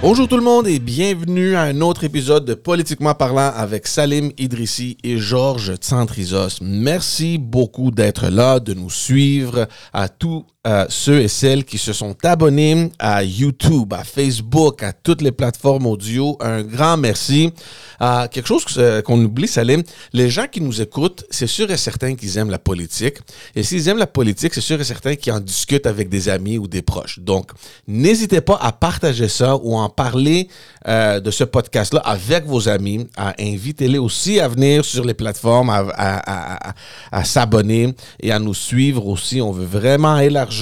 Bonjour tout le monde et bienvenue à un autre épisode de Politiquement parlant avec Salim Idrissi et Georges Tsantrizos. Merci beaucoup d'être là, de nous suivre, à tous ceux et celles qui se sont abonnés à YouTube, à Facebook, à toutes les plateformes audio. Un grand merci. Quelque chose qu'on oublie, Salim, les gens qui nous écoutent, c'est sûr et certain qu'ils aiment la politique. Et s'ils aiment la politique, c'est sûr et certain qu'ils en discutent avec des amis ou des proches. Donc, n'hésitez pas à partager ça ou à en parler de ce podcast-là avec vos amis, à inviter-les aussi à venir sur les plateformes, à s'abonner et à nous suivre aussi. On veut vraiment élargir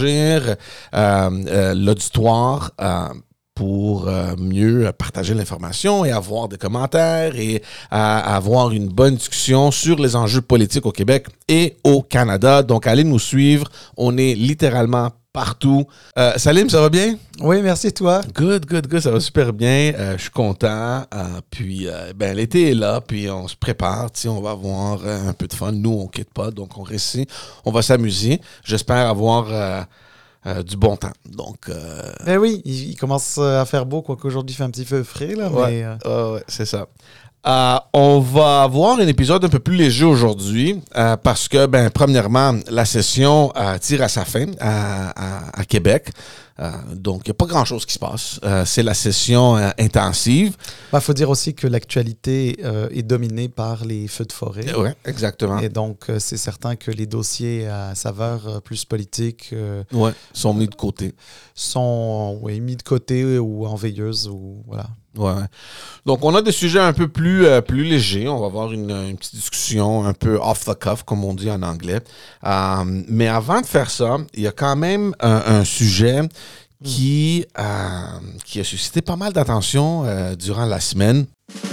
l'auditoire pour mieux partager l'information et avoir des commentaires et avoir une bonne discussion sur les enjeux politiques au Québec et au Canada. Donc, allez nous suivre. On est littéralement partout. Salim, ça va bien? Oui, merci, toi. Good. Ça va super bien. Je suis content. Puis, l'été est là. Puis, on se prépare. On va avoir un peu de fun. Nous, on ne quitte pas. Donc, on reste ici. On va s'amuser. J'espère avoir du bon temps. Donc, Ben oui, il commence à faire beau, quoique aujourd'hui il fait un petit peu frais. Là, ouais, ouais, c'est ça. On va avoir un épisode un peu plus léger aujourd'hui parce que, premièrement, la session tire à sa fin à Québec. Donc, il n'y a pas grand-chose qui se passe. C'est la session intensive. Il faut dire aussi que l'actualité est dominée par les feux de forêt. Oui, exactement. Et donc, c'est certain que les dossiers à saveur plus politique sont mis de côté. Sont mis de côté ou en veilleuse. Voilà. Ouais. Donc, on a des sujets un peu plus légers. On va avoir une petite discussion un peu off the cuff, comme on dit en anglais. Mais avant de faire ça, il y a quand même un sujet qui a suscité pas mal d'attention durant la semaine.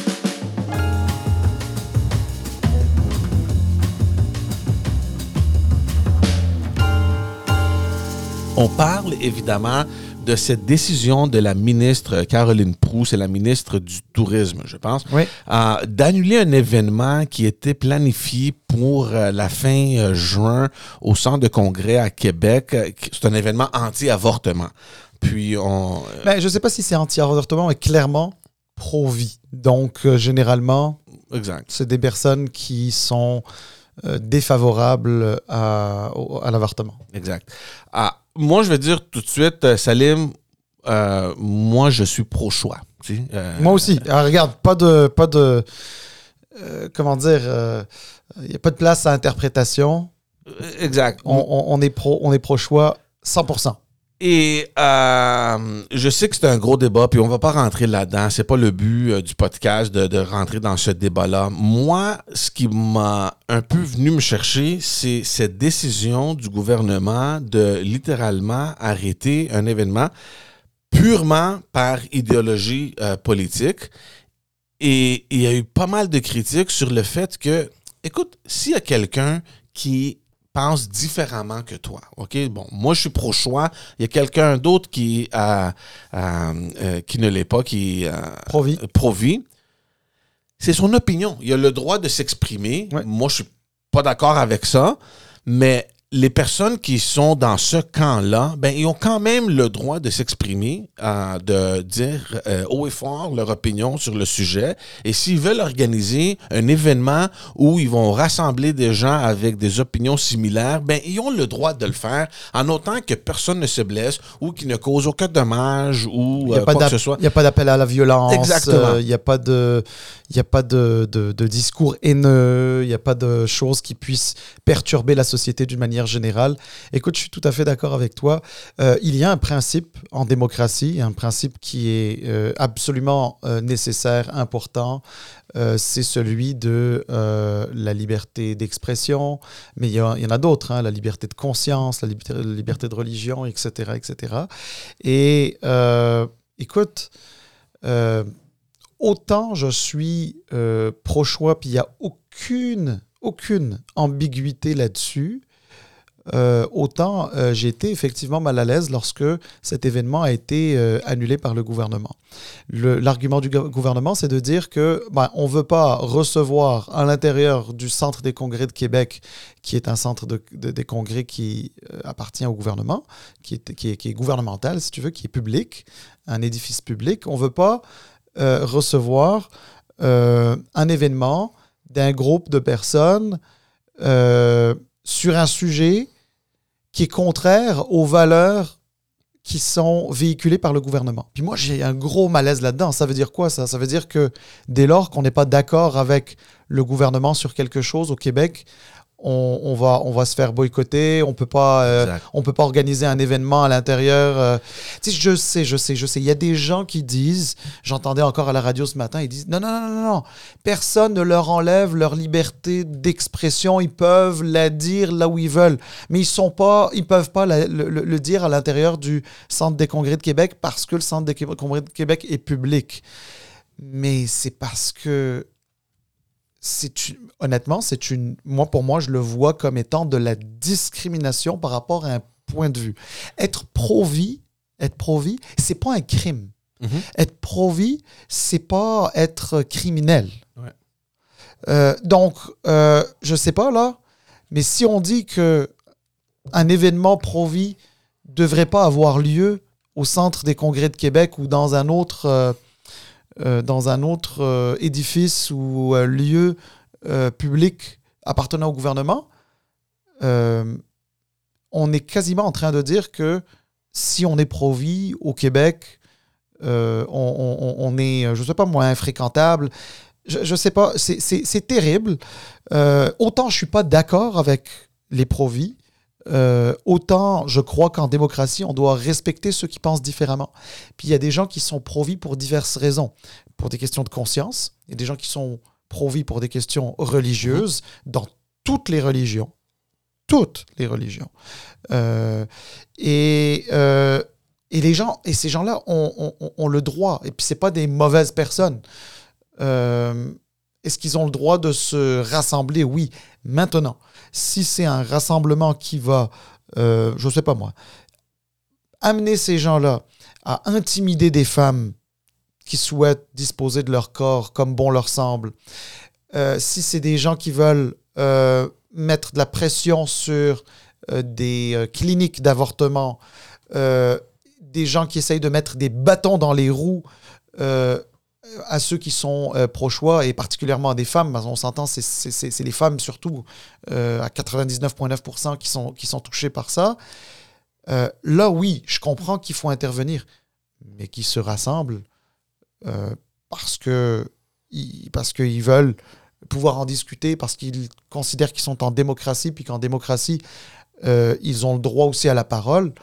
On parle évidemment de cette décision de la ministre Caroline Proulx, c'est la ministre du Tourisme, je pense, oui. D'annuler un événement qui était planifié pour la fin juin au Centre de congrès à Québec. C'est un événement anti-avortement. Puis je ne sais pas si c'est anti-avortement, mais clairement pro-vie. Donc, généralement, exact. C'est des personnes qui sont défavorables à l'avortement. Exact. Moi, je vais dire tout de suite, Salim, moi, je suis pro-choix. Moi aussi. Regarde, pas de comment dire, il n'y a pas de place à interprétation. Exact. On est pro-choix 100%. Et je sais que c'est un gros débat, puis on va pas rentrer là-dedans. C'est pas le but du podcast de rentrer dans ce débat-là. Moi, ce qui m'a un peu venu me chercher, c'est cette décision du gouvernement de littéralement arrêter un événement purement par idéologie politique. Et il y a eu pas mal de critiques sur le fait que, écoute, s'il y a quelqu'un qui pense différemment que toi. OK? Bon, moi, je suis pro-choix. Il y a quelqu'un d'autre qui ne l'est pas, qui est pro-vie. C'est son opinion. Il a le droit de s'exprimer. Ouais. Moi, je suis pas d'accord avec ça. Mais les personnes qui sont dans ce camp-là, ils ont quand même le droit de s'exprimer, de dire haut et fort leur opinion sur le sujet. Et s'ils veulent organiser un événement où ils vont rassembler des gens avec des opinions similaires, ils ont le droit de le faire, en autant que personne ne se blesse ou qu'ils ne causent aucun dommage ou quoi que ce soit. Il n'y a pas d'appel à la violence. Exactement. Il n'y a pas de discours haineux. Il n'y a pas de choses qui puissent perturber la société d'une manière générale. Écoute, je suis tout à fait d'accord avec toi. Il y a un principe en démocratie, un principe qui est absolument nécessaire, important. C'est celui de la liberté d'expression, mais il y en a d'autres, la liberté de conscience, la liberté de religion, etc., etc. Et écoute, autant je suis pro-choix, puis il n'y a aucune ambiguïté là-dessus. autant j'ai été effectivement mal à l'aise lorsque cet événement a été annulé par le gouvernement. L'argument du gouvernement, c'est de dire que on ne veut pas recevoir à l'intérieur du Centre des congrès de Québec, qui est un centre des congrès qui appartient au gouvernement, qui est gouvernemental, si tu veux, qui est public, un édifice public. On ne veut pas recevoir un événement d'un groupe de personnes sur un sujet qui est contraire aux valeurs qui sont véhiculées par le gouvernement. Puis moi, j'ai un gros malaise là-dedans. Ça veut dire quoi, ça? Ça veut dire que dès lors qu'on n'est pas d'accord avec le gouvernement sur quelque chose au Québec, on va se faire boycotter, on peut pas organiser un événement à l'intérieur. Tu sais, je sais. Il y a des gens qui disent, j'entendais encore à la radio ce matin, ils disent non, personne ne leur enlève leur liberté d'expression, ils peuvent la dire là où ils veulent, mais ils peuvent pas le dire à l'intérieur du Centre des congrès de Québec parce que le Centre des congrès de Québec est public. Mais c'est parce que honnêtement, pour moi, je le vois comme étant de la discrimination par rapport à un point de vue. Être pro-vie, c'est pas un crime. Mm-hmm. Être pro-vie, c'est pas être criminel. Ouais. Donc, je sais pas là, mais si on dit que un événement pro-vie devrait pas avoir lieu au Centre des congrès de Québec ou dans un autre édifice ou lieu public appartenant au gouvernement, on est quasiment en train de dire que si on est pro-vie au Québec, on est, je sais pas moi, infréquentable. Je sais pas, c'est terrible. Autant je suis pas d'accord avec les pro-vie, autant je crois qu'en démocratie, on doit respecter ceux qui pensent différemment. Puis il y a des gens qui sont pro-vie pour diverses raisons. Pour des questions de conscience, il y a des gens qui sont pro-vie pour des questions religieuses, dans toutes les religions. Toutes les religions. Et les gens, et ces gens-là ont le droit, et puis c'est pas des mauvaises personnes. Est-ce qu'ils ont le droit de se rassembler? Oui. Maintenant, si c'est un rassemblement qui va, je sais pas moi, amener ces gens-là à intimider des femmes qui souhaitent disposer de leur corps comme bon leur semble, si c'est des gens qui veulent mettre de la pression sur des cliniques d'avortement, des gens qui essayent de mettre des bâtons dans les roues à ceux qui sont pro-choix, et particulièrement à des femmes, on s'entend, c'est les femmes surtout, à 99,9% qui sont touchées par ça. Là, oui, je comprends qu'il faut intervenir, mais qu'ils se rassemblent parce qu'ils veulent pouvoir en discuter, parce qu'ils considèrent qu'ils sont en démocratie, puis qu'en démocratie, ils ont le droit aussi à la parole.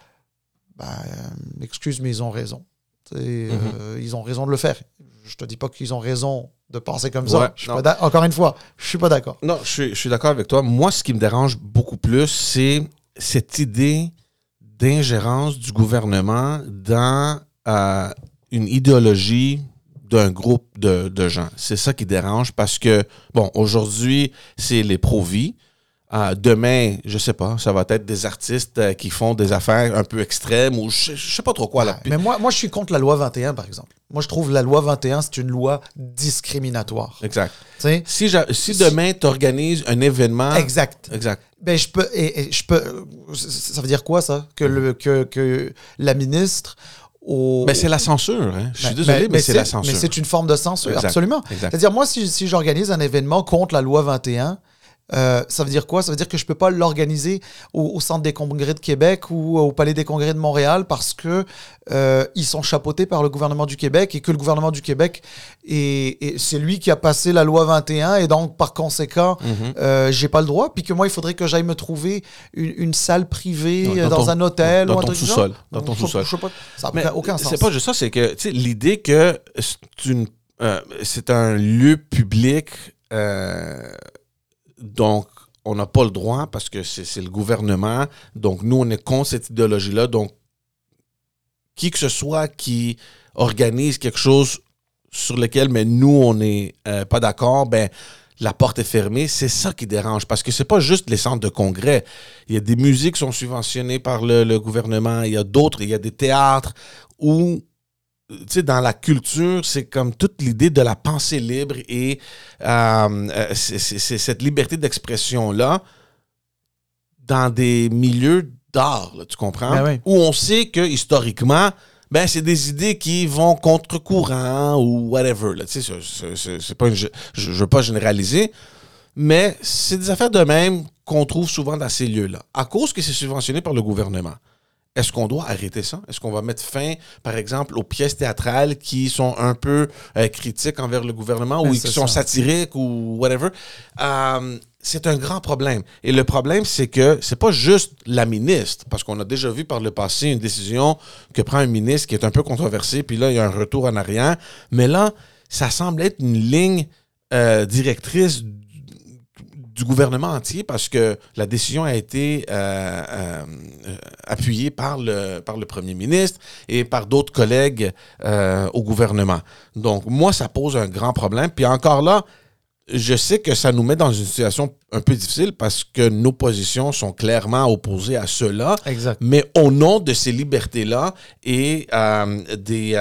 Excuse, mais ils ont raison. Ils ont raison de le faire. Je te dis pas qu'ils ont raison de penser comme ça. Encore une fois, je suis pas d'accord. Non, je suis d'accord avec toi. Moi, ce qui me dérange beaucoup plus, c'est cette idée d'ingérence du gouvernement dans une idéologie d'un groupe de gens. C'est ça qui dérange parce que, bon, aujourd'hui, c'est les pro-vie. Demain, je sais pas, ça va être des artistes qui font des affaires un peu extrêmes ou je sais pas trop quoi. Là. Mais moi, je suis contre la loi 21, par exemple. Moi, je trouve la loi 21, c'est une loi discriminatoire. Exact. Si demain, tu organises un événement... Exact. Ben, je peux... ça veut dire quoi, ça? Que la ministre... Mais c'est la censure. Hein? Je suis désolé, mais c'est la censure. Mais c'est une forme de censure, exact. Absolument. Exact. C'est-à-dire, moi, si j'organise un événement contre la loi 21... ça veut dire quoi? Ça veut dire que je ne peux pas l'organiser au Centre des congrès de Québec ou au Palais des congrès de Montréal parce que ils sont chapeautés par le gouvernement du Québec et que le gouvernement du Québec, c'est lui qui a passé la loi 21 et donc, par conséquent, j'ai pas le droit. Puis que moi, il faudrait que j'aille me trouver une salle privée dans un hôtel dans ou un ton truc sous-sol. Dans ton sous-sol. Ça n'a aucun sens. C'est pas juste ça, c'est que l'idée que c'est un lieu public... Donc, on n'a pas le droit parce que c'est le gouvernement. Donc, nous, on est contre cette idéologie-là. Donc, qui que ce soit qui organise quelque chose sur lequel mais nous, on n'est pas d'accord, ben la porte est fermée, c'est ça qui dérange. Parce que c'est pas juste les centres de congrès. Il y a des musiques qui sont subventionnées par le gouvernement. Il y a d'autres, il y a des théâtres où, tu sais, dans la culture, c'est comme toute l'idée de la pensée libre et c'est cette liberté d'expression-là dans des milieux d'art, là, tu comprends? Ben oui. Où on sait que, historiquement, ben, c'est des idées qui vont contre-courant ou whatever. Là. Tu sais, c'est pas je veux pas généraliser, mais c'est des affaires de même qu'on trouve souvent dans ces lieux-là. À cause que c'est subventionné par le gouvernement. Est-ce qu'on doit arrêter ça? Est-ce qu'on va mettre fin, par exemple, aux pièces théâtrales qui sont un peu critiques envers le gouvernement ou qui sont satiriques ou whatever? C'est un grand problème. Et le problème, c'est que c'est pas juste la ministre, parce qu'on a déjà vu par le passé une décision que prend un ministre qui est un peu controversée, puis là, il y a un retour en arrière. Mais là, ça semble être une ligne directrice du gouvernement entier parce que la décision a été appuyée par le premier ministre et par d'autres collègues au gouvernement. Donc, moi, ça pose un grand problème. Puis encore là, je sais que ça nous met dans une situation un peu difficile parce que nos positions sont clairement opposées à cela. Exact. Mais au nom de ces libertés-là et des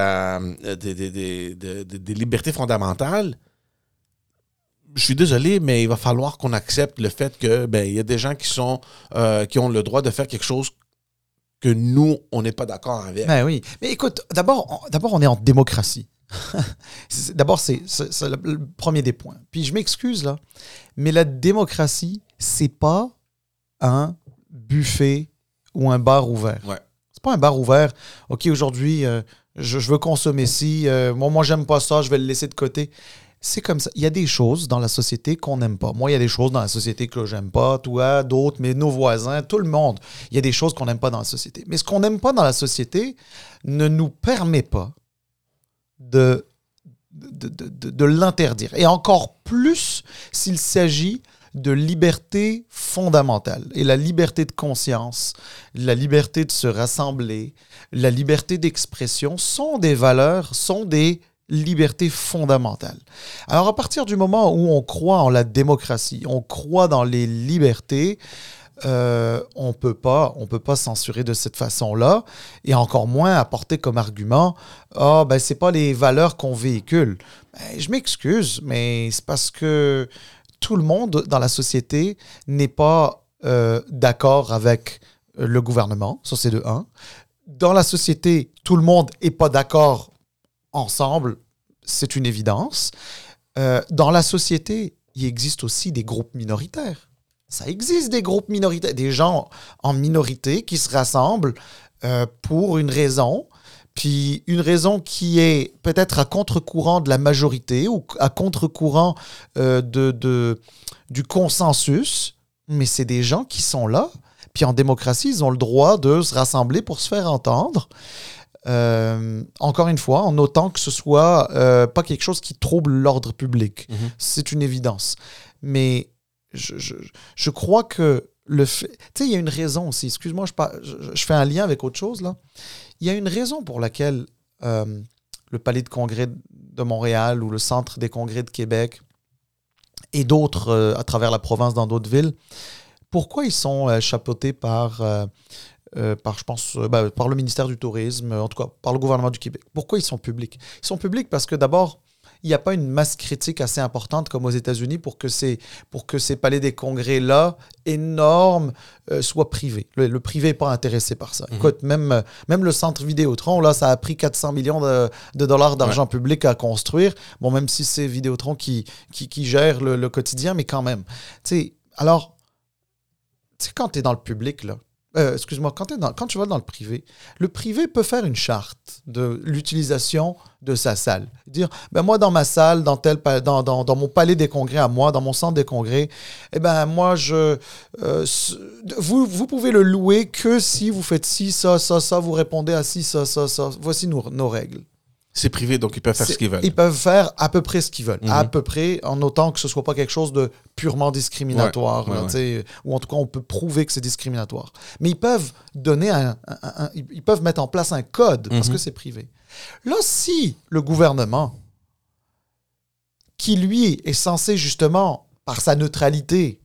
libertés fondamentales, je suis désolé, mais il va falloir qu'on accepte le fait que il y a des gens qui ont le droit de faire quelque chose que nous, on n'est pas d'accord avec. Ben oui. Mais écoute, d'abord, on est en démocratie. D'abord, c'est le premier des points. Puis je m'excuse là, mais la démocratie, c'est pas un buffet ou un bar ouvert. Ouais. C'est pas un bar ouvert. OK, aujourd'hui, je veux consommer ci. Moi, j'aime pas ça, je vais le laisser de côté. C'est comme ça. Il y a des choses dans la société qu'on n'aime pas. Moi, il y a des choses dans la société que j'aime pas. Toi, d'autres, mais nos voisins, tout le monde. Il y a des choses qu'on n'aime pas dans la société. Mais ce qu'on n'aime pas dans la société ne nous permet pas de l'interdire. Et encore plus s'il s'agit de liberté fondamentale. Et la liberté de conscience, la liberté de se rassembler, la liberté d'expression sont des valeurs, sont des libertés fondamentales. Alors à partir du moment où on croit en la démocratie, on croit dans les libertés, on peut pas censurer de cette façon-là et encore moins apporter comme argument c'est pas les valeurs qu'on véhicule. Je m'excuse, mais c'est parce que tout le monde dans la société n'est pas d'accord avec le gouvernement, ça c'est de un. Dans la société, tout le monde n'est pas d'accord ensemble, c'est une évidence. Dans la société, il existe aussi des groupes minoritaires. Ça existe des groupes minoritaires, des gens en minorité qui se rassemblent pour une raison, puis une raison qui est peut-être à contre-courant de la majorité ou à contre-courant du consensus, mais c'est des gens qui sont là, puis en démocratie, ils ont le droit de se rassembler pour se faire entendre. Encore une fois, en autant que ce soit pas quelque chose qui trouble l'ordre public. Mm-hmm. C'est une évidence. Mais je crois que le fait... Tu sais, il y a une raison aussi. Excuse-moi, je fais un lien avec autre chose, là. Il y a une raison pour laquelle le Palais de Congrès de Montréal ou le Centre des Congrès de Québec et d'autres à travers la province dans d'autres villes, pourquoi ils sont chapeautés par le ministère du Tourisme, en tout cas par le gouvernement du Québec. Pourquoi ils sont publics? Ils sont publics parce que d'abord, il n'y a pas une masse critique assez importante comme aux États-Unis pour que ces palais des congrès-là, énormes, soient privés. Le privé n'est pas intéressé par ça. Mm-hmm. Écoute, même le centre Vidéotron, là, ça a pris 400 millions de dollars d'argent public à construire. Bon, même si c'est Vidéotron qui gère le quotidien, mais quand même. Alors, quand tu es dans le public, là, excuse-moi, quand tu vas dans le privé peut faire une charte de l'utilisation de sa salle. Dire, moi, dans ma salle, dans mon palais des congrès à moi, dans mon centre des congrès, moi, vous pouvez le louer que si vous faites ci, ça, vous répondez à ci, ça. Voici nos règles. C'est privé, donc ils peuvent faire ce qu'ils veulent. Ils peuvent faire à peu près ce qu'ils veulent. Mm-hmm. À peu près, en autant que ce ne soit pas quelque chose de purement discriminatoire. Ou en tout cas, on peut prouver que c'est discriminatoire. Mais ils peuvent donner ils peuvent mettre en place un code parce que c'est privé. Là, si le gouvernement, qui lui est censé justement par sa neutralité,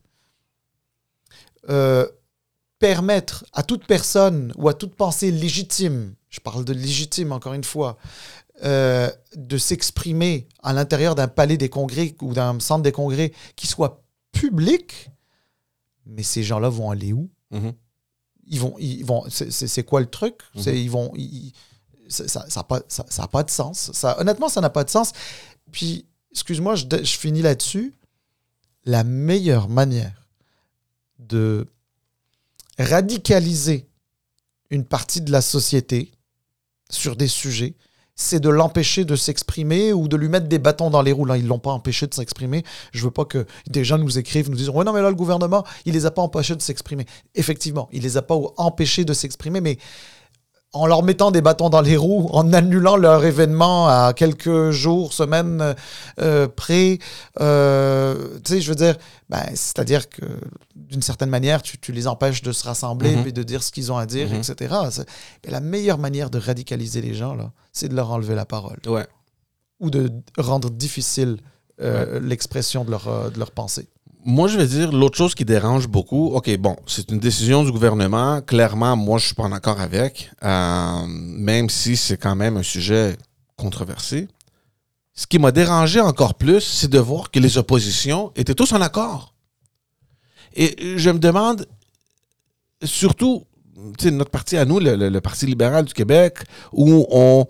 permettre à toute personne ou à toute pensée légitime, je parle de légitime encore une fois, de s'exprimer à l'intérieur d'un palais des congrès ou d'un centre des congrès qui soit public, mais ces gens-là vont aller où? Mhm. Ils vont c'est quoi le truc? Ça n'a pas de sens. Honnêtement, ça n'a pas de sens. Puis, excuse-moi, je finis là-dessus. La meilleure manière de radicaliser une partie de la société sur des sujets, c'est de l'empêcher de s'exprimer ou de lui mettre des bâtons dans les roues. Là, ils ne l'ont pas empêché de s'exprimer. Je ne veux pas que des gens nous écrivent, nous disent « Ouais, non, mais là, le gouvernement, il ne les a pas empêchés de s'exprimer. » Effectivement, il ne les a pas empêchés de s'exprimer, mais en leur mettant des bâtons dans les roues, en annulant leur événement à quelques jours, semaines près, tu sais, je veux dire, c'est-à-dire que d'une certaine manière, tu les empêches de se rassembler et de dire ce qu'ils ont à dire, etc. Mais la meilleure manière de radicaliser les gens, là, c'est de leur enlever la parole. Ouais. Ou de rendre difficile l'expression de leur pensée. Moi, je vais dire l'autre chose qui dérange beaucoup. OK, bon, c'est une décision du gouvernement. Clairement, moi, je suis pas en accord avec, même si c'est quand même un sujet controversé. Ce qui m'a dérangé encore plus, c'est de voir que les oppositions étaient tous en accord. Et je me demande, surtout, tu sais, notre parti à nous, le Parti libéral du Québec, où on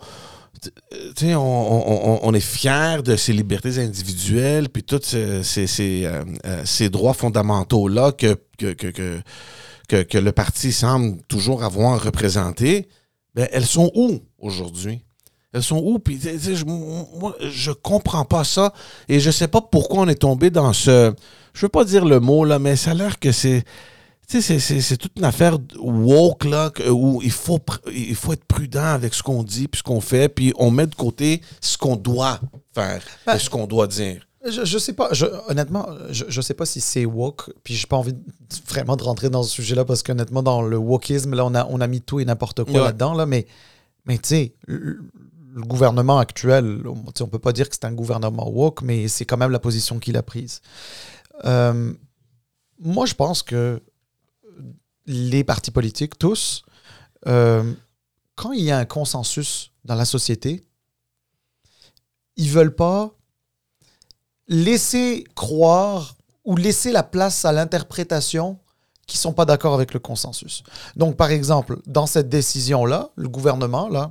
est fiers de ces libertés individuelles, puis tous ces droits fondamentaux-là que le parti semble toujours avoir représentés. Ben, elles sont où aujourd'hui? Elles sont où? Puis, moi, je comprends pas ça. Et je sais pas pourquoi on est tombé dans ce... Je veux pas dire le mot, là, mais ça a l'air que c'est... Tu sais, c'est toute une affaire woke, là, où il faut être prudent avec ce qu'on dit puis ce qu'on fait, puis on met de côté ce qu'on doit faire et ce qu'on doit dire. Je sais pas, honnêtement, je sais pas si c'est woke, puis j'ai pas envie vraiment de rentrer dans ce sujet-là, parce qu'honnêtement, dans le wokisme, là, on a mis tout et n'importe quoi là-dedans, là, mais tu sais, le gouvernement actuel, on peut pas dire que c'est un gouvernement woke, mais c'est quand même la position qu'il a prise. Moi, je pense que les partis politiques, tous, quand il y a un consensus dans la société, ils veulent pas laisser croire ou laisser la place à l'interprétation qui ne sont pas d'accord avec le consensus. Donc, par exemple, dans cette décision-là, le gouvernement, là,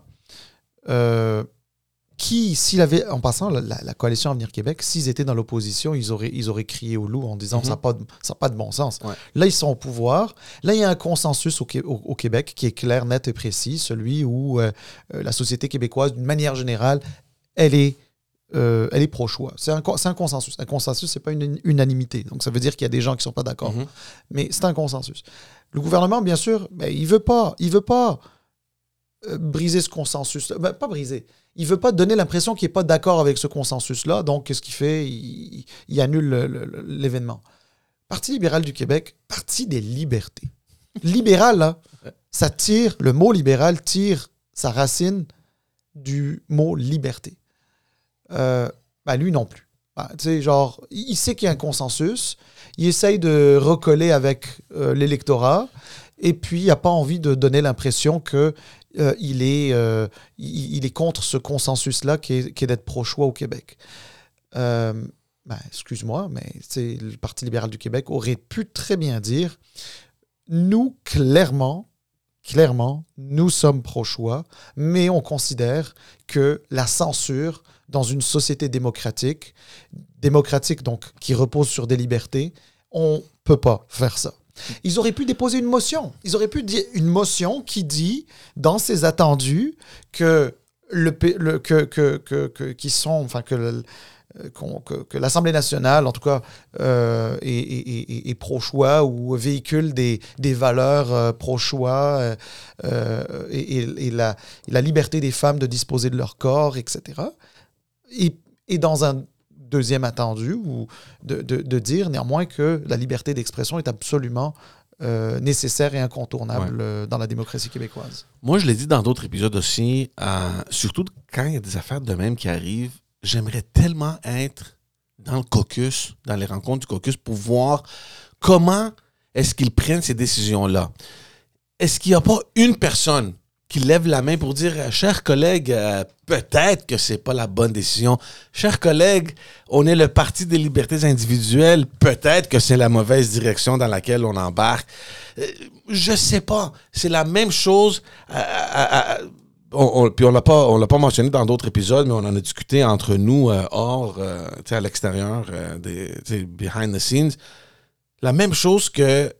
s'il avait, en passant, la coalition Avenir Québec, s'ils étaient dans l'opposition, ils auraient crié au loup en disant ça n'a pas de bon sens. Ouais. Là, ils sont au pouvoir. Là, il y a un consensus au Québec qui est clair, net et précis, celui où la société québécoise, d'une manière générale, elle est pro-choix. C'est un consensus. Un consensus, ce n'est pas une unanimité. Donc, ça veut dire qu'il y a des gens qui ne sont pas d'accord. Mais c'est un consensus. Le gouvernement, bien sûr, il veut pas briser ce consensus. Pas briser. Il ne veut pas donner l'impression qu'il n'est pas d'accord avec ce consensus-là. Donc, qu'est-ce qu'il fait? Il annule l'événement. Parti libéral du Québec, parti des libertés. Libéral, là, le mot libéral tire sa racine du mot liberté. Lui non plus. Il sait qu'il y a un consensus, il essaye de recoller avec l'électorat, et puis il n'a pas envie de donner l'impression qu'il est contre ce consensus-là qui est d'être pro-choix au Québec. Excuse-moi, mais le Parti libéral du Québec aurait pu très bien dire « Nous, clairement, nous sommes pro-choix, mais on considère que la censure dans une société démocratique donc qui repose sur des libertés, on ne peut pas faire ça. » Ils auraient pu déposer une motion. Ils auraient pu dire une motion qui dit, dans ses attendus, que l'Assemblée nationale, en tout cas, est pro-choix ou véhicule des valeurs pro-choix et la liberté des femmes de disposer de leur corps, etc. Et dans un deuxième attendu, ou de dire néanmoins que la liberté d'expression est absolument nécessaire et incontournable dans la démocratie québécoise. Moi, je l'ai dit dans d'autres épisodes aussi, surtout quand il y a des affaires de même qui arrivent, j'aimerais tellement être dans le caucus, dans les rencontres du caucus, pour voir comment est-ce qu'ils prennent ces décisions-là. Est-ce qu'il n'y a pas une personne qui lève la main pour dire « Chers collègues, peut-être que c'est pas la bonne décision. Chers collègues, on est le Parti des libertés individuelles. Peut-être que c'est la mauvaise direction dans laquelle on embarque. Je sais pas. C'est la même chose. Puis on l'a pas mentionné dans d'autres épisodes, mais on en a discuté entre nous hors, à l'extérieur, behind the scenes. La même chose que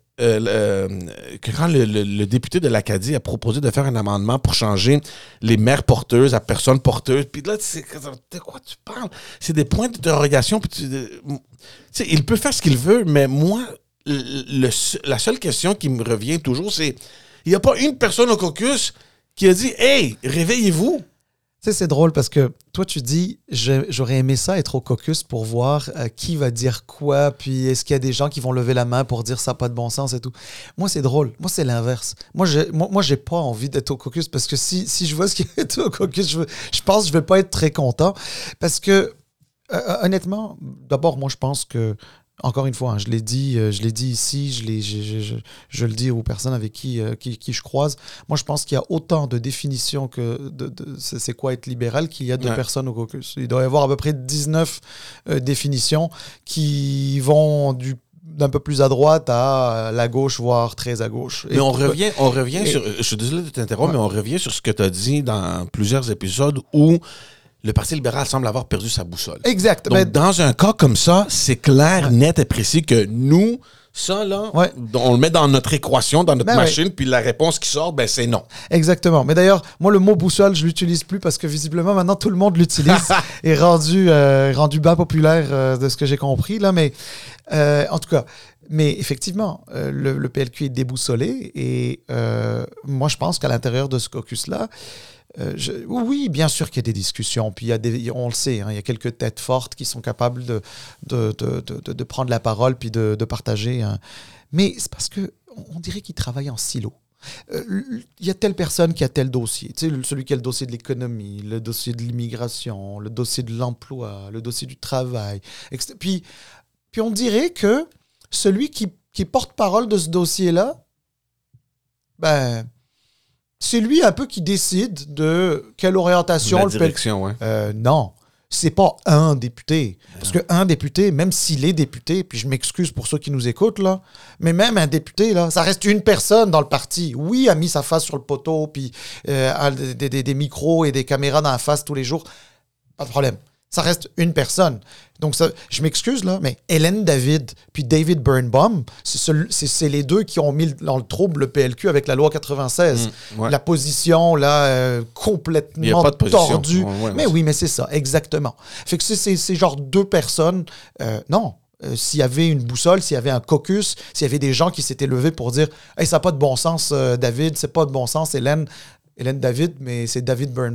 quand le député de l'Acadie a proposé de faire un amendement pour changer les mères porteuses à personnes porteuses. Puis là, de quoi tu parles? C'est des points d'interrogation. Puis il peut faire ce qu'il veut, mais moi, la seule question qui me revient toujours, c'est il n'y a pas une personne au caucus qui a dit « Hey, réveillez-vous! » Tu sais, c'est drôle parce que toi, tu dis, j'aurais aimé ça être au caucus pour voir qui va dire quoi, puis est-ce qu'il y a des gens qui vont lever la main pour dire ça n'a pas de bon sens et tout. Moi, c'est drôle. Moi, c'est l'inverse. Moi, j'ai pas envie d'être au caucus parce que si je vois ce qui est au caucus, je pense que je vais pas être très content parce que, honnêtement, d'abord, moi, je pense que encore une fois, hein, je l'ai dit ici, je le dis aux personnes avec qui je croise. Moi, je pense qu'il y a autant de définitions que c'est quoi être libéral qu'il y a de personnes au caucus. Il doit y avoir à peu près 19 définitions qui vont d'un peu plus à droite à la gauche, voire très à gauche. Mais on revient sur... Je suis désolé de t'interrompre, mais on revient sur ce que tu as dit dans plusieurs épisodes où le Parti libéral semble avoir perdu sa boussole. Exact. Donc, dans un cas comme ça, c'est clair, net et précis que nous, ça, là, on le met dans notre équation, dans notre machine, puis la réponse qui sort, c'est non. Exactement. Mais d'ailleurs, moi, le mot boussole, je l'utilise plus parce que visiblement, maintenant, tout le monde l'utilise et rendu bas populaire de ce que j'ai compris, là. Mais en tout cas, mais effectivement, le PLQ est déboussolé et moi, je pense qu'à l'intérieur de ce caucus-là, oui, bien sûr qu'il y a des discussions, puis on le sait, hein, il y a quelques têtes fortes qui sont capables de prendre la parole puis de partager. Hein. Mais c'est parce qu'on dirait qu'ils travaillent en silo. Il y a telle personne qui a tel dossier. Tu sais, celui qui a le dossier de l'économie, le dossier de l'immigration, le dossier de l'emploi, le dossier du travail. Etc. Puis on dirait que celui qui porte-parole de ce dossier-là, c'est lui un peu qui décide de quelle orientation... La direction, oui. Non, c'est pas un député. Parce qu'un député, même s'il est député, puis je m'excuse pour ceux qui nous écoutent, là, mais même un député, là, ça reste une personne dans le parti. Oui, a mis sa face sur le poteau, puis a des micros et des caméras dans la face tous les jours. Pas de problème. Ça reste une personne. Donc, je m'excuse, là, mais Hélène David puis David Birnbaum, c'est les deux qui ont mis dans le trouble le PLQ avec la loi 96. La position, là, complètement tordue. Mais oui, mais c'est ça, exactement. Fait que c'est genre deux personnes. Non. S'il y avait une boussole, s'il y avait un caucus, s'il y avait des gens qui s'étaient levés pour dire « Hey, ça n'a pas de bon sens, David, c'est pas de bon sens, Hélène David, mais c'est David Birnbaum. »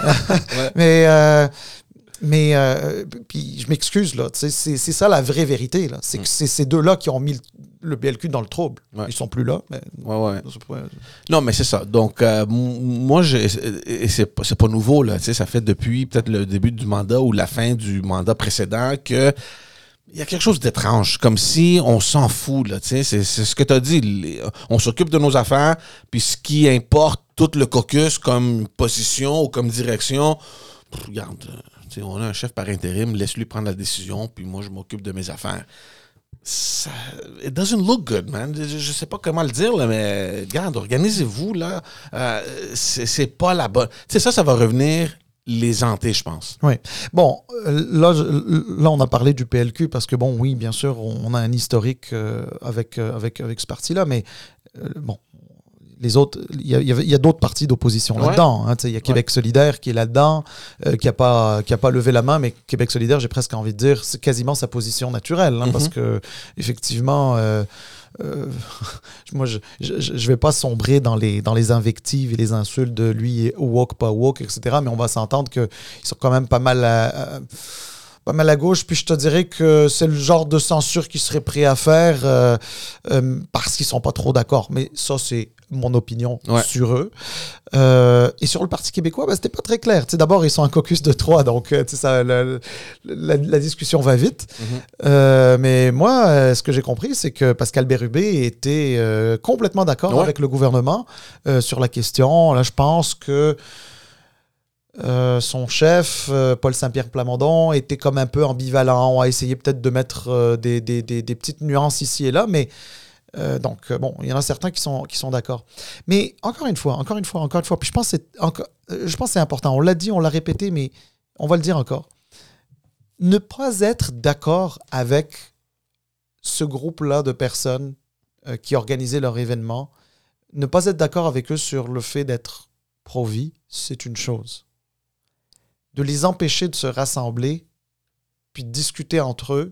Mais puis je m'excuse, là. C'est ça la vraie vérité, là. C'est que c'est ces deux-là qui ont mis le PLQ dans le trouble. Ils sont plus là. Mais non, mais c'est ça. Donc, moi, c'est pas nouveau, là. Ça fait depuis peut-être le début du mandat ou la fin du mandat précédent que il y a quelque chose d'étrange, comme si on s'en fout, là, c'est ce que tu as dit. On s'occupe de nos affaires, puis ce qui importe tout le caucus comme position ou comme direction, regarde, on a un chef par intérim, laisse-lui prendre la décision, puis moi, je m'occupe de mes affaires. It doesn't look good, man. Je sais pas comment le dire, là, mais regarde, organisez-vous, là. C'est pas la bonne... Tu sais, ça va revenir les hanter, je pense. Oui. Bon, là, on a parlé du PLQ parce que, bon, oui, bien sûr, on a un historique avec ce parti-là, mais bon, les autres, il y a d'autres partis d'opposition là-dedans. Hein, il y a Québec solidaire qui est là-dedans, qui a pas levé la main, mais Québec solidaire, j'ai presque envie de dire, c'est quasiment sa position naturelle, hein, parce que effectivement, moi, je vais pas sombrer dans les invectives et les insultes de lui woke, pas woke, etc. Mais on va s'entendre qu'ils sont quand même pas mal à gauche, puis je te dirais que c'est le genre de censure qu'ils seraient prêts à faire parce qu'ils sont pas trop d'accord. Mais ça, c'est mon opinion Ouais. sur eux. Et sur le Parti québécois, c'était pas très clair. Tu sais, d'abord, ils sont un caucus de 3, donc tu sais, la discussion va vite. Mais moi, ce que j'ai compris, c'est que Pascal Bérubé était complètement d'accord avec le gouvernement sur la question. Là, je pense que son chef, Paul Saint-Pierre Plamondon, était comme un peu ambivalent. On a essayé peut-être de mettre des petites nuances ici et là, mais donc, il y en a certains qui sont d'accord. Mais encore une fois, puis je pense que c'est important. On l'a dit, on l'a répété, mais on va le dire encore. Ne pas être d'accord avec ce groupe-là de personnes qui organisaient leur événement, ne pas être d'accord avec eux sur le fait d'être pro-vie, c'est une chose. De les empêcher de se rassembler, puis de discuter entre eux,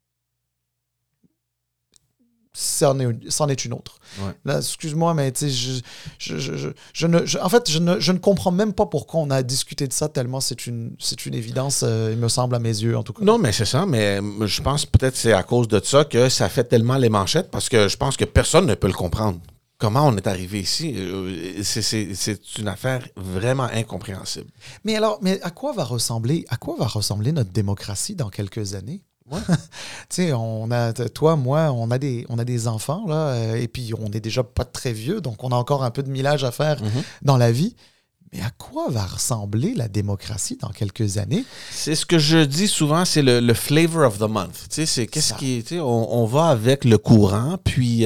c'en est une autre. Ouais. Là, excuse-moi, mais tu sais, je ne comprends même pas pourquoi on a discuté de ça tellement c'est une évidence, il me semble, à mes yeux, en tout cas. Non, mais c'est ça, mais je pense peut-être que c'est à cause de ça que ça fait tellement les manchettes, parce que je pense que personne ne peut le comprendre. Comment on est arrivé ici, c'est une affaire vraiment incompréhensible. Mais à quoi va ressembler notre démocratie dans quelques années? Ouais. Tu sais, toi, moi, on a des enfants, là, et puis on est déjà pas très vieux, donc on a encore un peu de millage à faire dans la vie. Mais à quoi va ressembler la démocratie dans quelques années? C'est ce que je dis souvent, c'est le flavor of the month. Tu sais, c'est qu'est-ce qui est, on va avec le courant, puis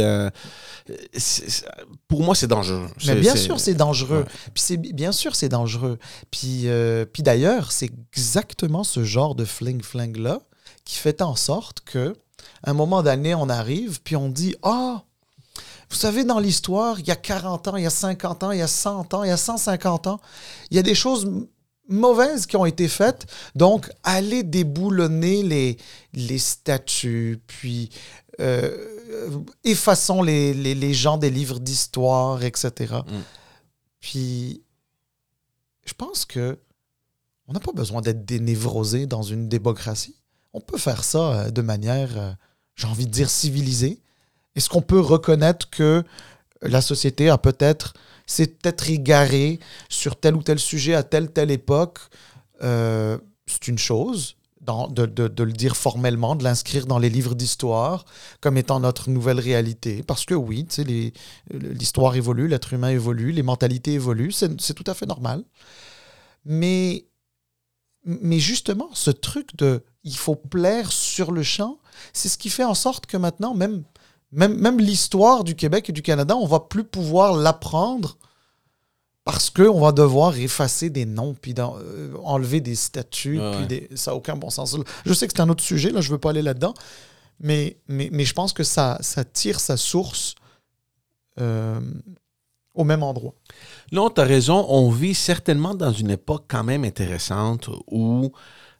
pour moi, c'est dangereux. Mais bien sûr, c'est dangereux. Ouais. Puis bien sûr, c'est dangereux. Puis d'ailleurs, c'est exactement ce genre de fling-flang-là qui fait en sorte que, à un moment donné, on arrive, puis on dit « Ah, vous savez, dans l'histoire, il y a 40 ans, il y a 50 ans, il y a 100 ans, il y a 150 ans, il y a des choses mauvaises qui ont été faites. Donc, allez déboulonner les statues, puis effaçons les gens des livres d'histoire, etc. » Puis, je pense que on n'a pas besoin d'être dénévrosé dans une démocratie. On peut faire ça de manière, j'ai envie de dire, civilisée. Est-ce qu'on peut reconnaître que la société s'est peut-être égarée sur tel ou tel sujet à telle époque? C'est une chose de le dire formellement, de l'inscrire dans les livres d'histoire comme étant notre nouvelle réalité. Parce que oui, tu sais, l'histoire évolue, l'être humain évolue, les mentalités évoluent, c'est tout à fait normal. Mais justement, ce truc de il faut plaire sur le champ, c'est ce qui fait en sorte que maintenant, même l'histoire du Québec et du Canada, on va plus pouvoir l'apprendre parce qu'on va devoir effacer des noms puis enlever des statues. Puis ça n'a aucun bon sens. Je sais que c'est un autre sujet, là, je ne veux pas aller là-dedans, mais je pense que ça tire sa source au même endroit. Non, tu as raison. On vit certainement dans une époque quand même intéressante où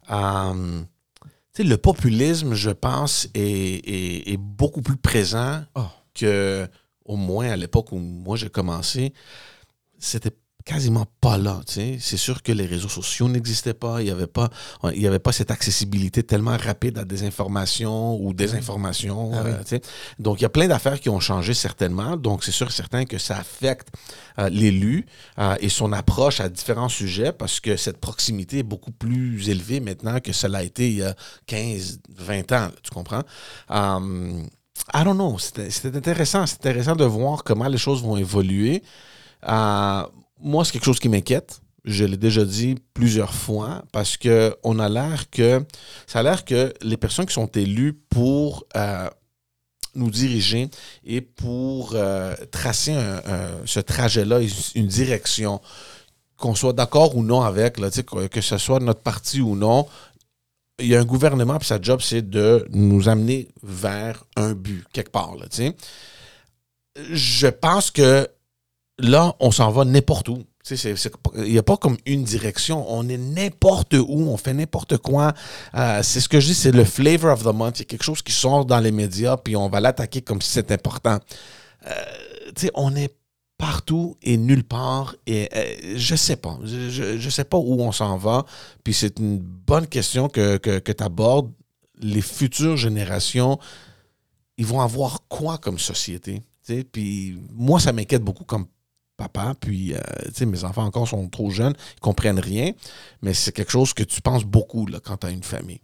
le populisme, je pense, est beaucoup plus présent que, au moins à l'époque où moi j'ai commencé, c'était quasiment pas là. T'sais. C'est sûr que les réseaux sociaux n'existaient pas. Il y avait pas cette accessibilité tellement rapide à des informations ou des informations. Donc, il y a plein d'affaires qui ont changé certainement. Donc, c'est sûr et certain que ça affecte l'élu et son approche à différents sujets parce que cette proximité est beaucoup plus élevée maintenant que cela a été il y a 15, 20 ans. Tu comprends? I don't know. C'était intéressant. C'est intéressant de voir comment les choses vont évoluer. Moi, c'est quelque chose qui m'inquiète. Je l'ai déjà dit plusieurs fois parce que ça a l'air que les personnes qui sont élues pour nous diriger et pour tracer ce trajet-là, une direction, qu'on soit d'accord ou non avec, là, que ce soit notre parti ou non, il y a un gouvernement puis sa job, c'est de nous amener vers un but, quelque part. Là, je pense que là, on s'en va n'importe où. Il n'y a pas comme une direction. On est n'importe où, on fait n'importe quoi. C'est ce que je dis, c'est le flavor of the month. Il y a quelque chose qui sort dans les médias, puis on va l'attaquer comme si c'était important. On est partout et nulle part. Et je sais pas. Je sais pas où on s'en va. Puis c'est une bonne question que tu abordes. Les futures générations, ils vont avoir quoi comme société? Puis moi, ça m'inquiète beaucoup comme papa. Puis mes enfants encore sont trop jeunes, ils comprennent rien. Mais c'est quelque chose que tu penses beaucoup là, quand tu as une famille.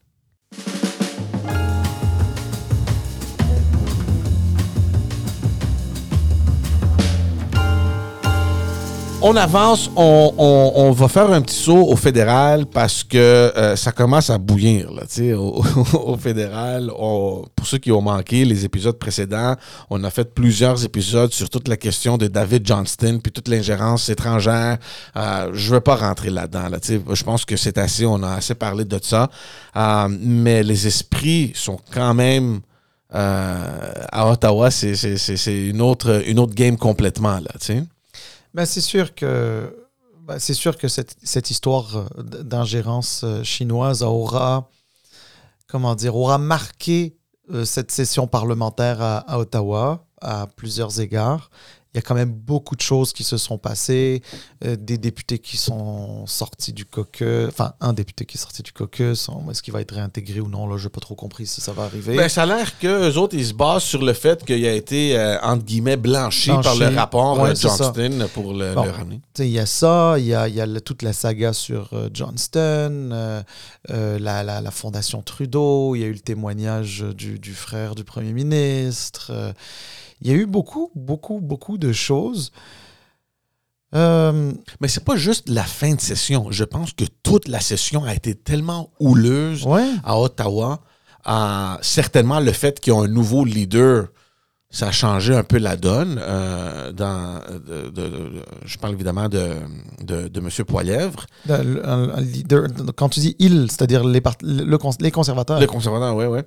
On avance, on va faire un petit saut au fédéral parce que ça commence à bouillir là, au fédéral. Pour ceux qui ont manqué les épisodes précédents, on a fait plusieurs épisodes sur toute la question de David Johnston puis toute l'ingérence étrangère. Je ne veux pas rentrer là-dedans. Là, je pense que c'est assez, on a assez parlé de ça. Mais les esprits sont quand même... à Ottawa, c'est une autre game complètement, là, tu sais. Ben, c'est sûr que cette histoire d'ingérence chinoise aura marqué cette session parlementaire à Ottawa à plusieurs égards. Il y a quand même beaucoup de choses qui se sont passées, des députés qui sont sortis du caucus, enfin un député qui est sorti du caucus, est-ce qu'il va être réintégré ou non, là, je n'ai pas trop compris si ça va arriver. Ben, ça a l'air qu'eux autres, ils se basent sur le fait qu'il a été, entre guillemets, blanchi par le rapport Johnston pour le ramener. Il y a ça, il y a toute la saga sur Johnston, la fondation Trudeau, il y a eu le témoignage du frère du premier ministre... il y a eu beaucoup de choses. Mais c'est pas juste la fin de session. Je pense que toute la session a été tellement houleuse à Ottawa. Certainement, le fait qu'ils ont un nouveau leader, ça a changé un peu la donne. Je parle évidemment de M. Poilievre. Un leader, quand tu dis « il », c'est-à-dire les conservateurs. Les conservateurs, oui.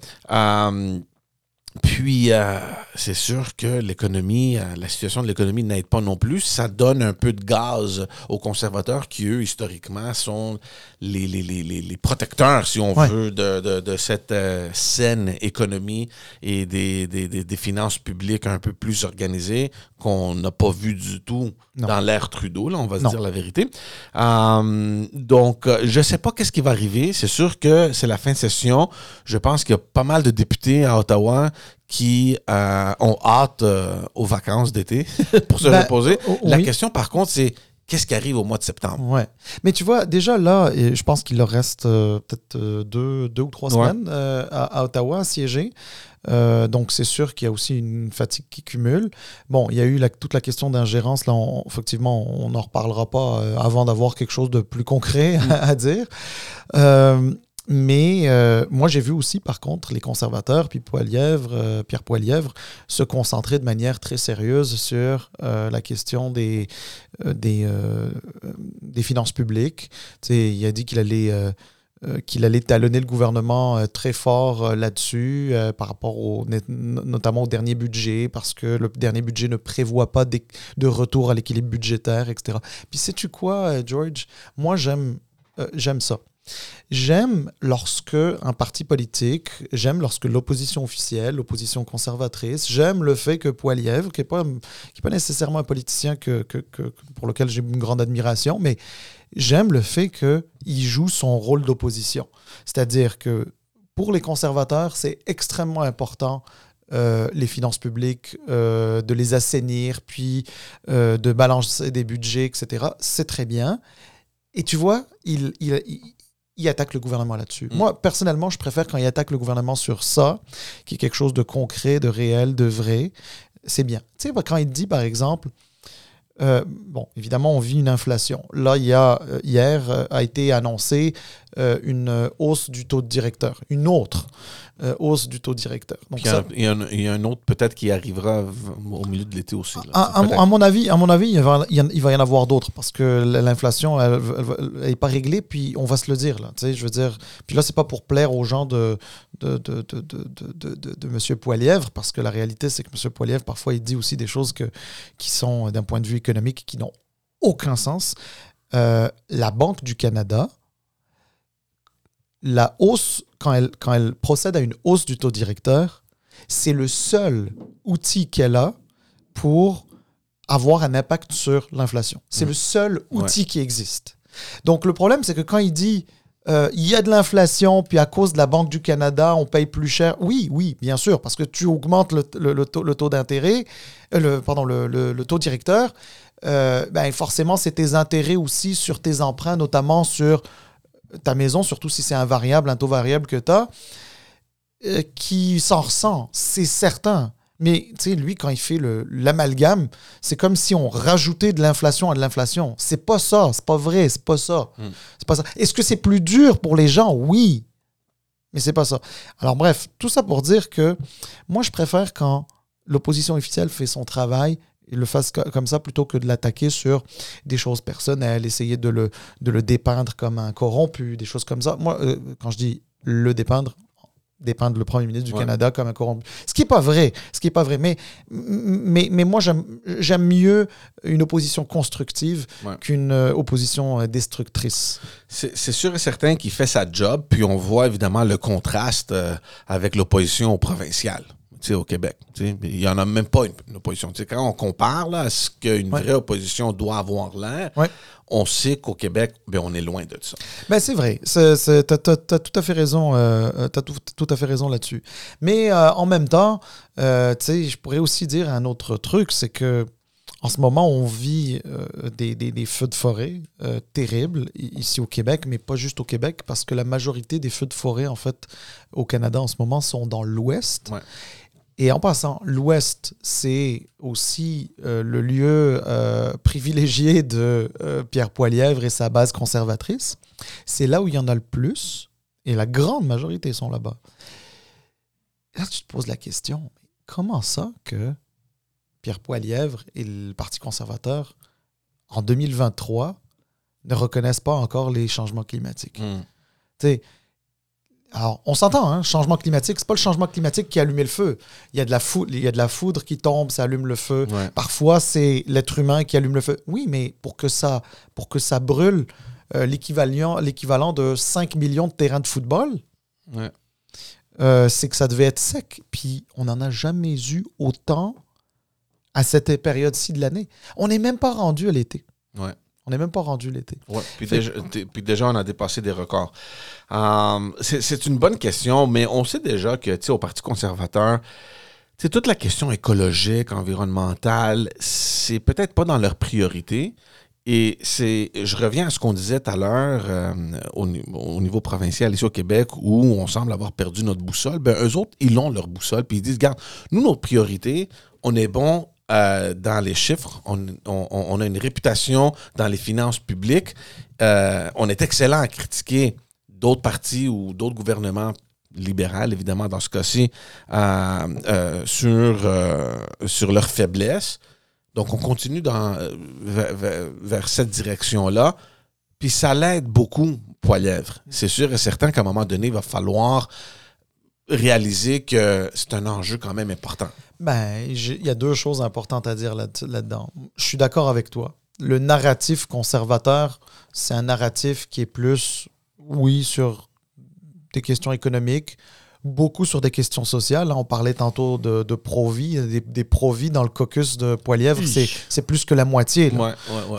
Puis, c'est sûr que l'économie, la situation de l'économie n'aide pas non plus. Ça donne un peu de gaz aux conservateurs qui, eux, historiquement, sont les protecteurs, si on veut, de cette saine économie et des finances publiques un peu plus organisées qu'on n'a pas vu du tout dans l'ère Trudeau, là, on va se dire la vérité. Donc, je ne sais pas qu'est-ce qui va arriver. C'est sûr que c'est la fin de session. Je pense qu'il y a pas mal de députés à Ottawa qui ont hâte aux vacances d'été pour se reposer. La question, par contre, c'est qu'est-ce qui arrive au mois de septembre? Ouais. Mais tu vois, déjà là, je pense qu'il leur reste peut-être 2 ou 3 semaines à Ottawa à siéger. Donc, c'est sûr qu'il y a aussi une fatigue qui cumule. Bon, il y a eu toute la question d'ingérence. Là, effectivement, on n'en reparlera pas avant d'avoir quelque chose de plus concret à dire. Mais moi, j'ai vu aussi, par contre, les conservateurs, puis Pierre Poilievre, se concentrer de manière très sérieuse sur la question des finances publiques. Il a dit qu'il allait talonner le gouvernement très fort là-dessus, par rapport notamment au dernier budget, parce que le dernier budget ne prévoit pas de retour à l'équilibre budgétaire, etc. Puis sais-tu quoi, George? Moi, j'aime ça. J'aime lorsque un parti politique, j'aime lorsque l'opposition officielle, l'opposition conservatrice, j'aime le fait que Poilievre, qui n'est pas nécessairement un politicien pour lequel j'ai une grande admiration, mais j'aime le fait qu'il joue son rôle d'opposition. C'est-à-dire que pour les conservateurs, c'est extrêmement important les finances publiques, de les assainir, puis de balancer des budgets, etc. C'est très bien. Et tu vois, il attaque le gouvernement là-dessus. Moi, personnellement, je préfère quand il attaque le gouvernement sur ça, qui est quelque chose de concret, de réel, de vrai. C'est bien. Tu sais, quand il dit, par exemple, bon, évidemment, on vit une inflation. Là, hier a été annoncé une hausse du taux de directeur. Une autre hausse du taux directeur. Donc il y a un autre peut-être qui arrivera au milieu de l'été aussi. Là, à mon avis, il va y en avoir d'autres parce que l'inflation, elle n'est pas réglée, puis on va se le dire. Là, je veux dire, puis là, c'est pas pour plaire aux gens de M. Poilievre, parce que la réalité, c'est que M. Poilievre, parfois, il dit aussi des choses qui sont, d'un point de vue économique, qui n'ont aucun sens. La Banque du Canada, la hausse, quand elle procède à une hausse du taux directeur, c'est le seul outil qu'elle a pour avoir un impact sur l'inflation. C'est le seul outil qui existe. Donc, le problème, c'est que quand il dit il y a de l'inflation, puis à cause de la Banque du Canada, on paye plus cher. Oui, bien sûr, parce que tu augmentes le taux d'intérêt, le taux directeur, forcément, c'est tes intérêts aussi sur tes emprunts, notamment sur ta maison, surtout si c'est un taux variable que tu as, qui s'en ressent, c'est certain. Mais tu sais, lui, quand il fait l'amalgame, c'est comme si on rajoutait de l'inflation à de l'inflation. C'est pas ça, c'est pas vrai, c'est pas ça. C'est pas ça. Est-ce que c'est plus dur pour les gens? Oui, mais c'est pas ça. Alors bref, tout ça pour dire que moi, je préfère quand l'opposition officielle fait son travail, il le fasse comme ça plutôt que de l'attaquer sur des choses personnelles, essayer de le dépeindre comme un corrompu, des choses comme ça. Moi, quand je dis le dépeindre le premier ministre du Canada comme un corrompu. Ce qui n'est pas vrai. Mais moi, j'aime mieux une opposition constructive qu'une opposition destructrice. C'est sûr et certain qu'il fait sa job, puis on voit évidemment le contraste avec l'opposition provinciale. Au Québec. Il n'y en a même pas une opposition. Quand on compare là, à ce qu'une vraie opposition doit avoir l'air, on sait qu'au Québec, on est loin de ça. C'est vrai. Tu as tout à fait raison. Tout à fait raison là-dessus. Mais en même temps, je pourrais aussi dire un autre truc, c'est que en ce moment, on vit des feux de forêt terribles ici au Québec, mais pas juste au Québec, parce que la majorité des feux de forêt, en fait, au Canada en ce moment, sont dans l'Ouest. Ouais. Et en passant, l'Ouest, c'est aussi le lieu privilégié de Pierre Poilievre et sa base conservatrice. C'est là où il y en a le plus, et la grande majorité sont là-bas. Là, tu te poses la question, comment ça que Pierre Poilievre et le Parti conservateur, en 2023, ne reconnaissent pas encore les changements climatiques? Tu sais, alors, on s'entend, changement climatique, c'est pas le changement climatique qui allume le feu. Il y a de la foudre qui tombe, ça allume le feu. Ouais. Parfois, c'est l'être humain qui allume le feu. Oui, mais pour que ça brûle l'équivalent de 5 millions de terrains de football, c'est que ça devait être sec. Puis, on n'en a jamais eu autant à cette période-ci de l'année. On n'est même pas rendu à l'été. Ouais. On n'est même pas rendu l'été. Ouais, puis déjà, on a dépassé des records. C'est une bonne question, mais on sait déjà que, au Parti conservateur, toute la question écologique, environnementale, c'est peut-être pas dans leur priorité. Et je reviens à ce qu'on disait tout à l'heure au niveau provincial ici au Québec, où on semble avoir perdu notre boussole. Eux autres, ils ont leur boussole, puis ils disent, regarde, nous, notre priorité, on est bon dans les chiffres, on a une réputation dans les finances publiques. On est excellent à critiquer d'autres partis ou d'autres gouvernements libéraux, évidemment, dans ce cas-ci, sur leurs faiblesses. Donc, on continue vers cette direction-là. Puis ça l'aide beaucoup, Poilievre. C'est sûr et certain qu'à un moment donné, il va falloir réaliser que c'est un enjeu quand même important. Il y a deux choses importantes à dire là-dedans. Je suis d'accord avec toi. Le narratif conservateur, c'est un narratif qui est plus, oui, sur des questions économiques, beaucoup sur des questions sociales. On parlait tantôt de pro-vie, des pro-vie dans le caucus de Poilievre, c'est plus que la moitié. Là.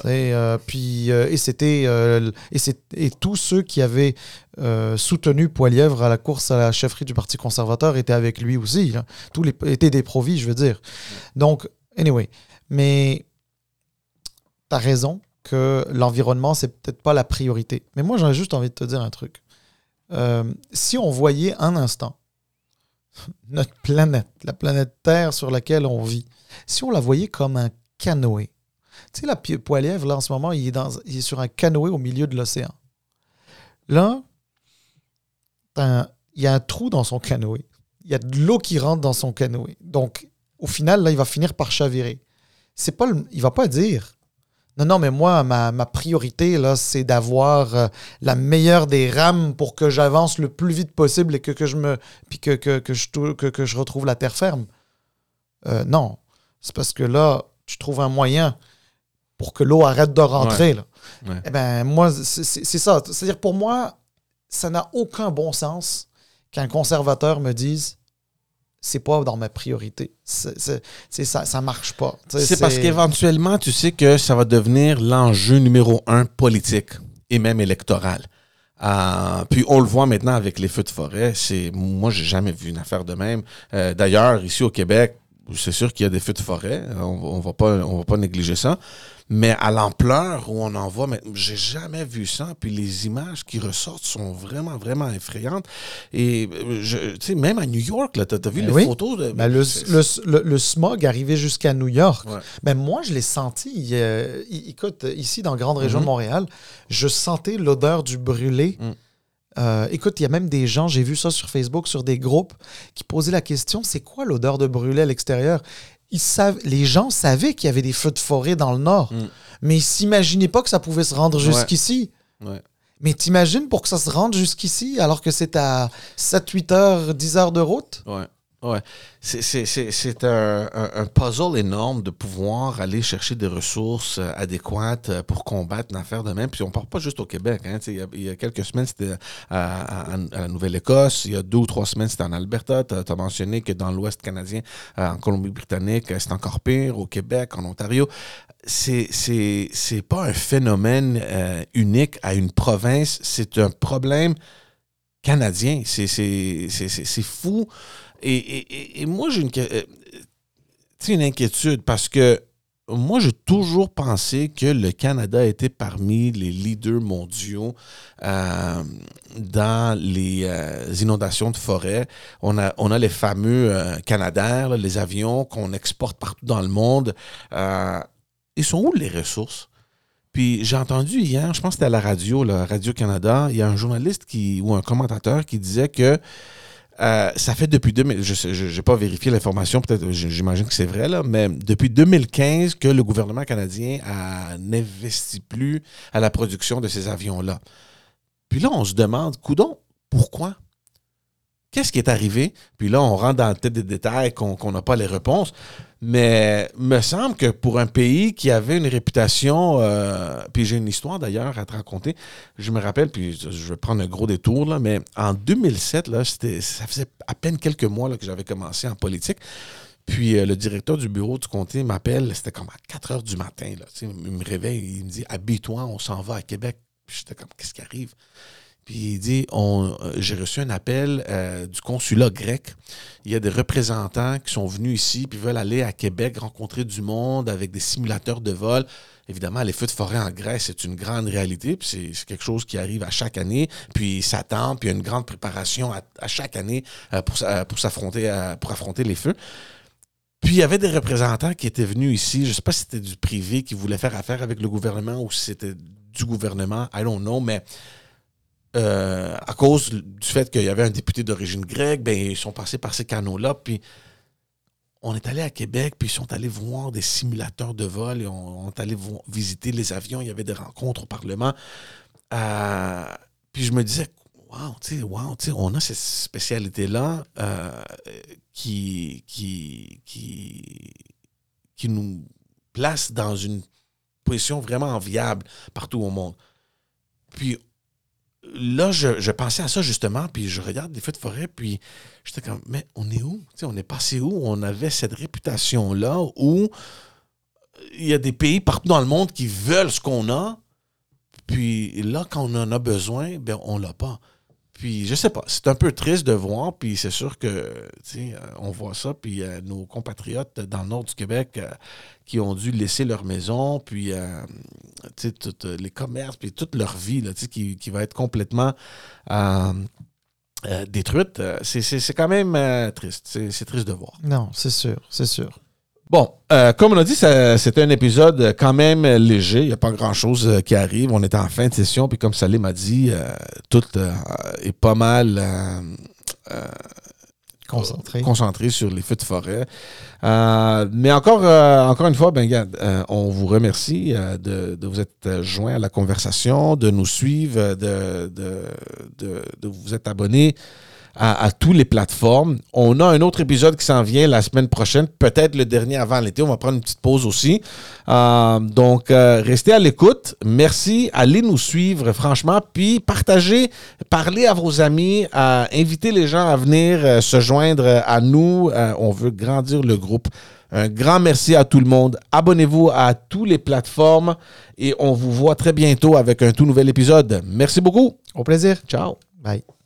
Et tous ceux qui avaient soutenu Poilievre à la course à la chefferie du Parti conservateur étaient avec lui aussi. Là. Tous étaient des pro-vie, je veux dire. Donc, anyway. Mais tu as raison que l'environnement, c'est peut-être pas la priorité. Mais moi, j'aurais juste envie de te dire un truc. Si on voyait un instant notre planète, la planète Terre sur laquelle on vit, si on la voyait comme un canoë, tu sais, la Poilievre, là, en ce moment, il est sur un canoë au milieu de l'océan. Là, il y a un trou dans son canoë. Il y a de l'eau qui rentre dans son canoë. Donc, au final, là, il va finir par chavirer. Il va pas dire... Non, mais moi, ma priorité, là, c'est d'avoir la meilleure des rames pour que j'avance le plus vite possible et que je retrouve la terre ferme. Non, c'est parce que là, tu trouves un moyen pour que l'eau arrête de rentrer. Là. Ouais. Eh bien, moi, c'est ça. C'est-à-dire, pour moi, ça n'a aucun bon sens qu'un conservateur me dise c'est pas dans ma priorité. Ça marche pas. C'est parce qu'éventuellement, tu sais que ça va devenir l'enjeu numéro 1 politique et même électoral. Puis on le voit maintenant avec les feux de forêt. Moi, j'ai jamais vu une affaire de même. D'ailleurs, ici au Québec, c'est sûr qu'il y a des feux de forêt. On va pas négliger ça. Mais à l'ampleur où on en voit, mais j'ai jamais vu ça. Puis les images qui ressortent sont vraiment, vraiment effrayantes. Et tu sais, même à New York, là, t'as vu les photos de. Le smog arrivait jusqu'à New York. Ouais. Ben, moi, je l'ai senti. Écoute, ici, dans la grande région de Montréal, je sentais l'odeur du brûlé. Écoute, il y a même des gens, j'ai vu ça sur Facebook, sur des groupes, qui posaient la question, c'est quoi l'odeur de brûlé à l'extérieur? Les gens savaient qu'il y avait des feux de forêt dans le nord, mais ils s'imaginaient pas que ça pouvait se rendre jusqu'ici. Ouais. Mais t'imagines pour que ça se rende jusqu'ici, alors que c'est à 7, 8 heures, 10 heures de route? Ouais. Ouais. C'est un puzzle énorme de pouvoir aller chercher des ressources adéquates pour combattre une affaire de même. Puis on ne part pas juste au Québec. Hein. Il y a quelques semaines, c'était à la Nouvelle-Écosse. Il y a 2 ou 3 semaines, c'était en Alberta. Tu as mentionné que dans l'Ouest canadien, en Colombie-Britannique, c'est encore pire. Au Québec, en Ontario. C'est pas un phénomène unique à une province. C'est un problème canadien. C'est fou. Et moi, j'ai une inquiétude parce que moi, j'ai toujours pensé que le Canada était parmi les leaders mondiaux dans les inondations de forêt. On a les fameux Canadair, là, les avions qu'on exporte partout dans le monde. Ils sont où les ressources? Puis j'ai entendu hier, je pense que c'était à la radio, Radio-Canada, il y a un journaliste ou un commentateur qui disait que ça fait depuis 2000, je n'ai pas vérifié l'information, peut-être, j'imagine que c'est vrai, là, mais depuis 2015 que le gouvernement canadien n'investit plus à la production de ces avions-là. Puis là, on se demande, coudonc, pourquoi? Qu'est-ce qui est arrivé? Puis là, on rentre dans peut-être des détails qu'on n'a pas les réponses. Mais il me semble que pour un pays qui avait une réputation, puis j'ai une histoire d'ailleurs à te raconter, je me rappelle, puis je vais prendre un gros détour, là, mais en 2007, là, ça faisait à peine quelques mois là, que j'avais commencé en politique. Puis le directeur du bureau du comté m'appelle, c'était comme à 4 heures du matin. Là, il me réveille, il me dit « Habille-toi, on s'en va à Québec. » Puis j'étais comme « Qu'est-ce qui arrive? » Puis il dit, j'ai reçu un appel du consulat grec. Il y a des représentants qui sont venus ici puis veulent aller à Québec rencontrer du monde avec des simulateurs de vol. Évidemment, les feux de forêt en Grèce, c'est une grande réalité. Puis c'est quelque chose qui arrive à chaque année. Puis ils s'attendent, puis il y a une grande préparation à chaque année pour affronter les feux. Puis il y avait des représentants qui étaient venus ici. Je ne sais pas si c'était du privé qui voulait faire affaire avec le gouvernement ou si c'était du gouvernement. I don't know, mais... à cause du fait qu'il y avait un député d'origine grecque, ben ils sont passés par ces canaux-là, puis on est allé à Québec, puis ils sont allés voir des simulateurs de vol, et on est allé visiter les avions, il y avait des rencontres au Parlement. Puis je me disais, wow, on a cette spécialité-là qui nous place dans une position vraiment enviable partout au monde. Puis là, je pensais à ça justement, puis je regarde les feux de forêt, puis j'étais comme, mais on est où? T'sais, on est passé où? On avait cette réputation-là où il y a des pays partout dans le monde qui veulent ce qu'on a, puis là, quand on en a besoin, ben on l'a pas. Puis, je sais pas, c'est un peu triste de voir, puis c'est sûr que, on voit ça, puis nos compatriotes dans le nord du Québec qui ont dû laisser leur maison, puis, tous les commerces, puis toute leur vie, là, qui va être complètement détruite, c'est quand même triste. C'est triste de voir. Non, c'est sûr, c'est sûr. Bon, comme on a dit, c'était un épisode quand même léger. Il n'y a pas grand-chose qui arrive. On est en fin de session, puis comme Salim m'a dit, tout est pas mal concentré sur les feux de forêt. Mais encore une fois, ben, regarde, on vous remercie de vous être joints à la conversation, de nous suivre, de vous être abonnés à toutes les plateformes. On a un autre épisode qui s'en vient la semaine prochaine, peut-être le dernier avant l'été. On va prendre une petite pause aussi. Donc, restez à l'écoute. Merci. Allez nous suivre, franchement. Puis, partagez, parlez à vos amis, invitez les gens à venir se joindre à nous. On veut grandir le groupe Un grand merci à tout le monde. Abonnez-vous à toutes les plateformes et on vous voit très bientôt avec un tout nouvel épisode. Merci beaucoup. Au plaisir. Ciao. Bye.